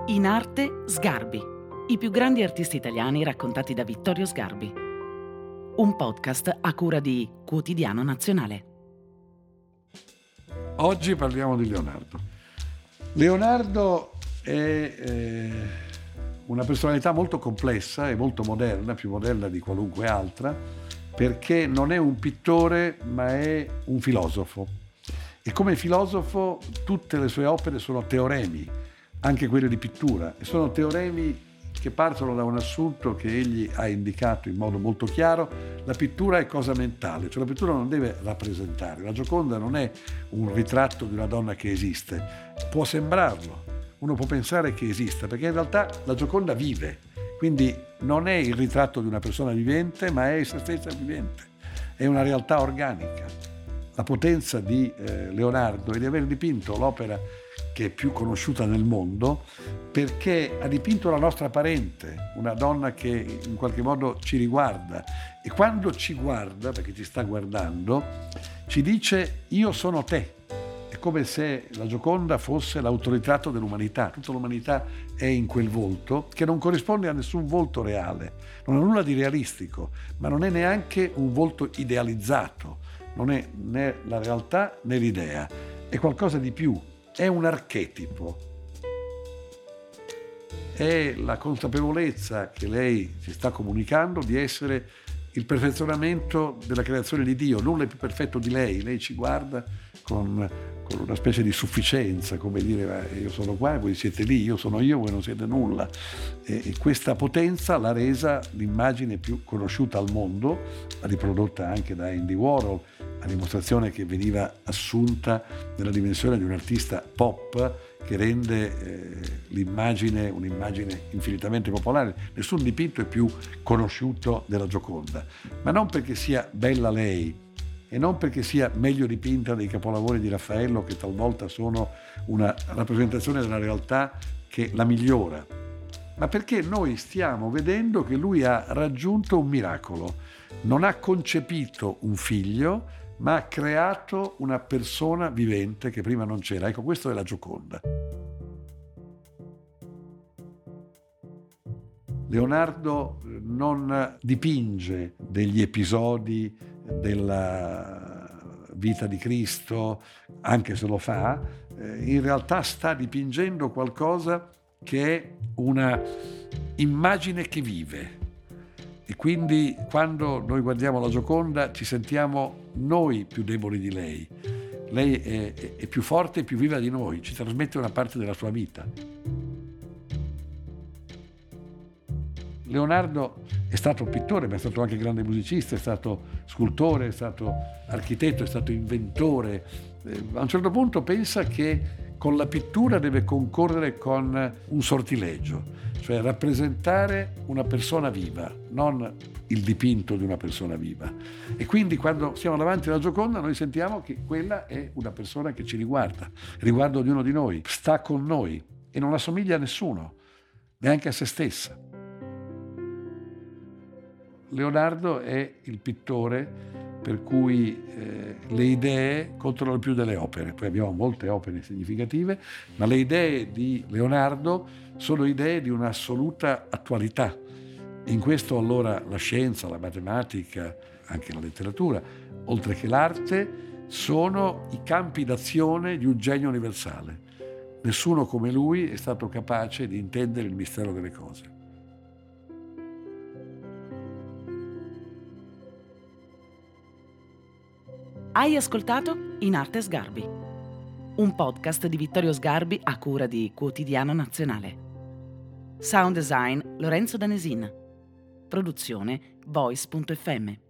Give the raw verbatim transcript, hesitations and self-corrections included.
In arte Sgarbi, i più grandi artisti italiani raccontati da Vittorio Sgarbi. Un podcast a cura di Quotidiano Nazionale. Oggi parliamo di Leonardo. Leonardo è eh, una personalità molto complessa e molto moderna, più moderna di qualunque altra, perché non è un pittore ma è un filosofo. E come filosofo tutte le sue opere sono teoremi, anche quelle di pittura, e sono teoremi che partono da un assunto che egli ha indicato in modo molto chiaro: la pittura è cosa mentale, cioè la pittura non deve rappresentare. La Gioconda non è un ritratto di una donna che esiste, può sembrarlo, uno può pensare che esista, perché in realtà la Gioconda vive, quindi non è il ritratto di una persona vivente, ma è essa stessa vivente, è una realtà organica. La potenza di eh, Leonardo è di aver dipinto l'opera che è più conosciuta nel mondo, perché ha dipinto la nostra parente, una donna che in qualche modo ci riguarda, e quando ci guarda, perché ci sta guardando, ci dice: io sono te. È come se la Gioconda fosse l'autoritratto dell'umanità, tutta l'umanità è in quel volto che non corrisponde a nessun volto reale, non ha nulla di realistico, ma non è neanche un volto idealizzato, non è né la realtà né l'idea, è qualcosa di più. È un archetipo, è la consapevolezza che lei ci sta comunicando di essere il perfezionamento della creazione di Dio. Nulla è più perfetto di lei, lei ci guarda con, con una specie di sufficienza, come dire: io sono qua, voi siete lì, io sono io, voi non siete nulla. E, e questa potenza l'ha resa l'immagine più conosciuta al mondo, riprodotta anche da Andy Warhol, a dimostrazione che veniva assunta nella dimensione di un artista pop che rende eh, l'immagine un'immagine infinitamente popolare. Nessun dipinto è più conosciuto della Gioconda, ma non perché sia bella lei e non perché sia meglio dipinta dei capolavori di Raffaello, che talvolta sono una rappresentazione della realtà che la migliora, ma perché noi stiamo vedendo che lui ha raggiunto un miracolo. Non ha concepito un figlio, ma ha creato una persona vivente che prima non c'era. Ecco, questo è la Gioconda. Leonardo non dipinge degli episodi della vita di Cristo, anche se lo fa, in realtà sta dipingendo qualcosa che è una immagine che vive. E quindi quando noi guardiamo la Gioconda ci sentiamo noi più deboli di lei. Lei è, è, è più forte e più viva di noi, ci trasmette una parte della sua vita. Leonardo è stato un pittore, ma è stato anche grande musicista, è stato scultore, è stato architetto, è stato inventore. Eh, a un certo punto pensa che con la pittura deve concorrere con un sortileggio, cioè rappresentare una persona viva, non il dipinto di una persona viva. E quindi quando siamo davanti alla Gioconda noi sentiamo che quella è una persona che ci riguarda, riguarda ognuno di noi, sta con noi e non assomiglia a nessuno, neanche a se stessa. Leonardo è il pittore per cui eh, le idee contano più delle opere. Poi abbiamo molte opere significative, ma le idee di Leonardo sono idee di un'assoluta attualità. In questo allora la scienza, la matematica, anche la letteratura, oltre che l'arte, sono i campi d'azione di un genio universale. Nessuno come lui è stato capace di intendere il mistero delle cose. Hai ascoltato In arte Sgarbi, un podcast di Vittorio Sgarbi a cura di Quotidiano Nazionale. Sound design Lorenzo Danesin. Produzione voice punto effe emme.